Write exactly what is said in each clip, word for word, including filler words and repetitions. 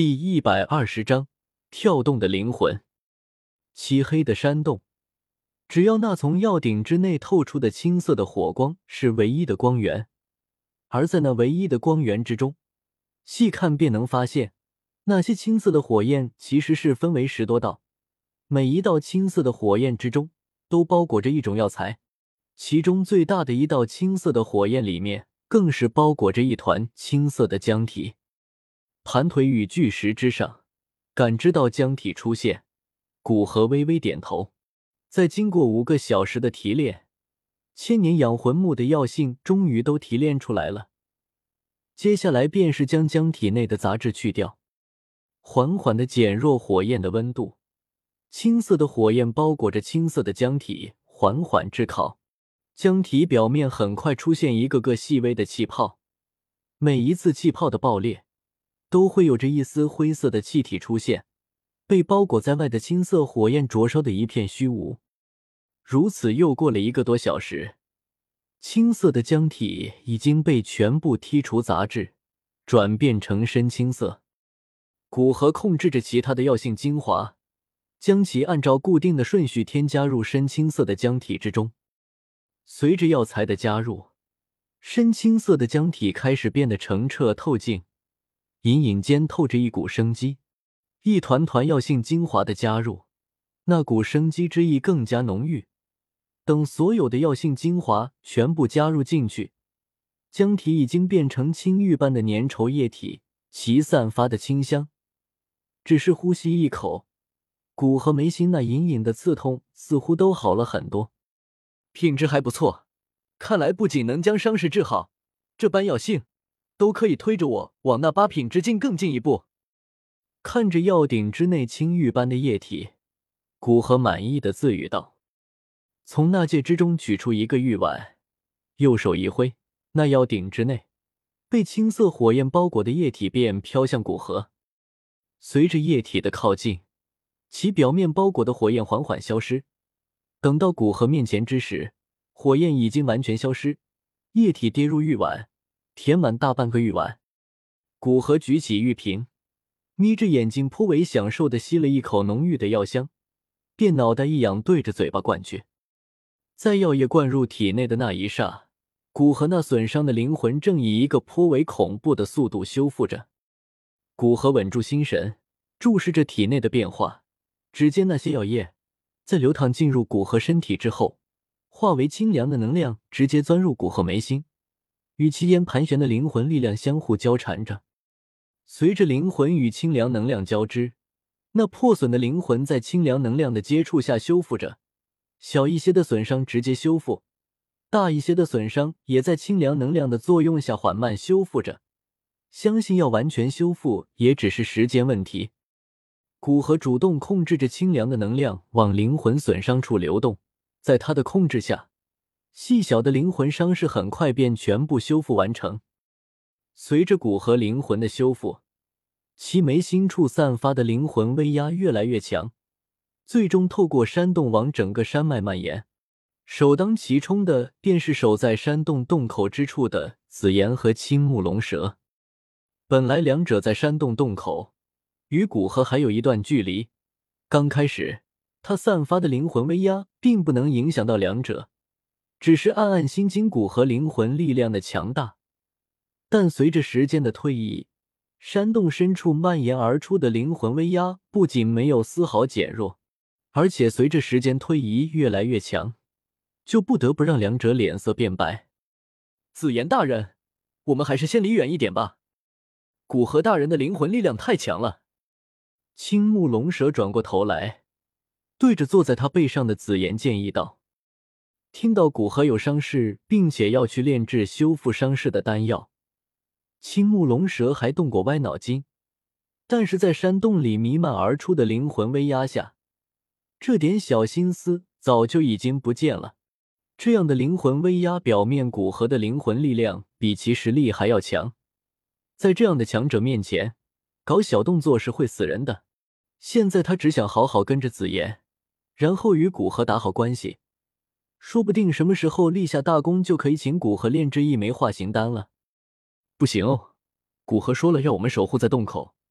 第一百二十章跳动的灵魂。漆黑的山洞，只要那从药鼎之内透出的青色的火光是唯一的光源，而在那唯一的光源之中，细看便能发现，那些青色的火焰其实是分为十多道，每一道青色的火焰之中都包裹着一种药材，其中最大的一道青色的火焰里面更是包裹着一团青色的浆体。盘腿与巨石之上，感知到浆体出现，古河微微点头。在经过五个小时的提炼，千年养魂木的药性终于都提炼出来了。接下来便是将浆体内的杂质去掉，缓缓地减弱火焰的温度。青色的火焰包裹着青色的浆体，缓缓炙烤。浆体表面很快出现一个个细微的气泡，每一次气泡的爆裂都会有着一丝灰色的气体出现，被包裹在外的青色火焰灼烧的一片虚无。如此又过了一个多小时，青色的浆体已经被全部剔除杂质，转变成深青色。古河控制着其他的药性精华，将其按照固定的顺序添加入深青色的浆体之中。随着药材的加入，深青色的浆体开始变得澄澈透净，隐隐间透着一股生机。一团团药性精华的加入，那股生机之意更加浓郁。等所有的药性精华全部加入进去，浆体已经变成青玉般的粘稠液体，其散发的清香，只是呼吸一口，骨和眉心那隐隐的刺痛似乎都好了很多。品质还不错，看来不仅能将伤势治好，这般药性都可以推着我往那八品之境更进一步。看着药鼎之内青玉般的液体，古河满意的自语道。从那戒之中取出一个玉碗，右手一挥，那药鼎之内被青色火焰包裹的液体便飘向古河。随着液体的靠近，其表面包裹的火焰缓缓消失。等到古河面前之时，火焰已经完全消失，液体跌入玉碗，填满大半个玉碗。古河举起玉瓶，眯着眼睛颇为享受地吸了一口浓郁的药香，便脑袋一仰，对着嘴巴灌去。在药液灌入体内的那一刹，古河那损伤的灵魂正以一个颇为恐怖的速度修复着。古河稳住心神，注视着体内的变化，只见那些药液在流淌进入古河身体之后，化为清凉的能量，直接钻入古河眉心，与其间盘旋的灵魂力量相互交缠着。随着灵魂与清凉能量交织，那破损的灵魂在清凉能量的接触下修复着，小一些的损伤直接修复，大一些的损伤也在清凉能量的作用下缓慢修复着，相信要完全修复也只是时间问题。古河主动控制着清凉的能量往灵魂损伤处流动，在他的控制下，细小的灵魂伤势很快便全部修复完成。随着古河灵魂的修复，其眉心处散发的灵魂威压越来越强，最终透过山洞往整个山脉蔓延。首当其冲的便是守在山洞洞口之处的紫炎和青木龙蛇。本来两者在山洞洞口与古河还有一段距离，刚开始他散发的灵魂威压并不能影响到两者，只是暗暗心惊古河灵魂力量的强大。但随着时间的推移，山洞深处蔓延而出的灵魂威压不仅没有丝毫减弱，而且随着时间推移越来越强，就不得不让两者脸色变白。紫炎大人，我们还是先离远一点吧，古河大人的灵魂力量太强了。青木龙蛇转过头来，对着坐在他背上的紫炎建议道。听到古河有伤势，并且要去炼制修复伤势的丹药，青木龙蛇还动过歪脑筋，但是在山洞里弥漫而出的灵魂威压下，这点小心思早就已经不见了。这样的灵魂威压表面古河的灵魂力量比其实力还要强，在这样的强者面前，搞小动作是会死人的。现在他只想好好跟着紫炎，然后与古河打好关系，说不定什么时候立下大功就可以请古河炼制一枚化形丹了。不行哦，古河说了要我们守护在洞口，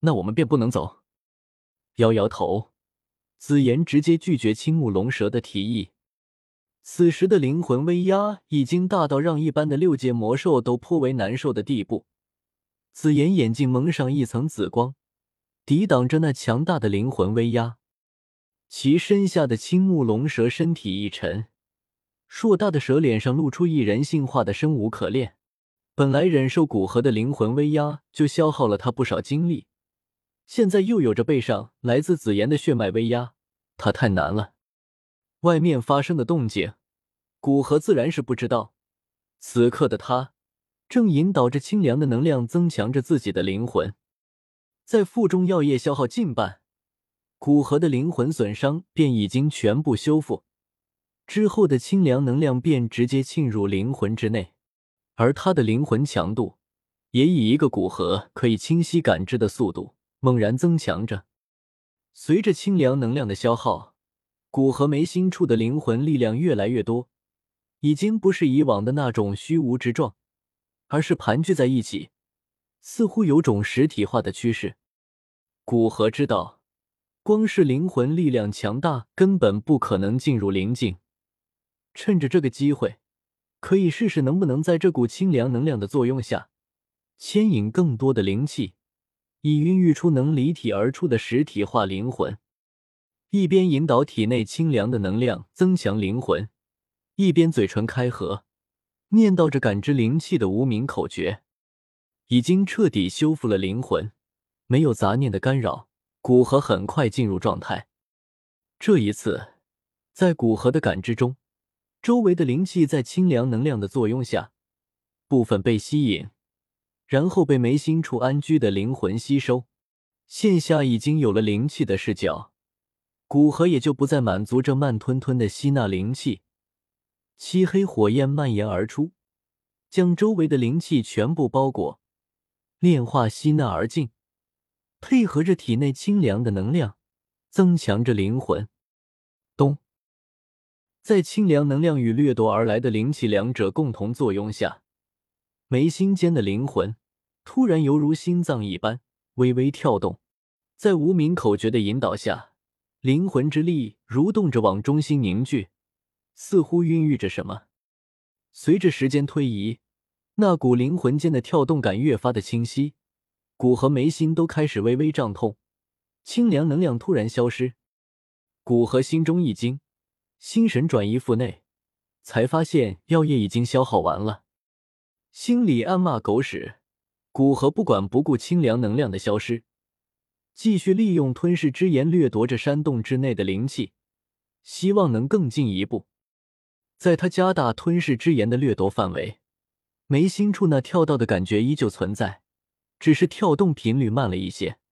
那我们便不能走。摇摇头，紫妍直接拒绝青木龙蛇的提议。此时的灵魂威压已经大到让一般的六阶魔兽都颇为难受的地步。紫妍眼睛蒙上一层紫光，抵挡着那强大的灵魂威压。其身下的青木龙蛇身体一沉，硕大的蛇脸上露出一人性化的生无可恋。本来忍受古河的灵魂威压就消耗了他不少精力，现在又有着背上来自紫妍的血脉威压，他太难了。外面发生的动静，古河自然是不知道。此刻的他正引导着清凉的能量增强着自己的灵魂。在腹中药液消耗近半，古河的灵魂损伤便已经全部修复，之后的清凉能量便直接沁入灵魂之内，而他的灵魂强度也以一个古河可以清晰感知的速度猛然增强着。随着清凉能量的消耗，古河眉心处的灵魂力量越来越多，已经不是以往的那种虚无之状，而是盘踞在一起，似乎有种实体化的趋势。古河知道，光是灵魂力量强大根本不可能进入灵境，趁着这个机会，可以试试能不能在这股清凉能量的作用下，牵引更多的灵气，以孕育出能离体而出的实体化灵魂。一边引导体内清凉的能量增强灵魂，一边嘴唇开合，念叨着感知灵气的无名口诀。已经彻底修复了灵魂，没有杂念的干扰，古河很快进入状态。这一次，在古河的感知中，周围的灵气在清凉能量的作用下，部分被吸引，然后被眉心处安居的灵魂吸收。现下已经有了灵气的视角，古河也就不再满足这慢吞吞的吸纳灵气。漆黑火焰蔓延而出，将周围的灵气全部包裹，炼化吸纳而尽，配合着体内清凉的能量，增强着灵魂。咚！在清凉能量与掠夺而来的灵气两者共同作用下，眉心间的灵魂突然犹如心脏一般微微跳动。在无名口诀的引导下，灵魂之力蠕动着往中心凝聚，似乎孕育着什么。随着时间推移，那股灵魂间的跳动感越发的清晰，骨和眉心都开始微微胀痛，清凉能量突然消失。骨和心中一惊，心神转移腹内，才发现药液已经消耗完了，心里暗骂狗屎。骨和不管不顾清凉能量的消失，继续利用吞噬之炎掠夺着山洞之内的灵气，希望能更进一步。在他加大吞噬之炎的掠夺范围，眉心处那跳到的感觉依旧存在，只是跳动频率慢了一些。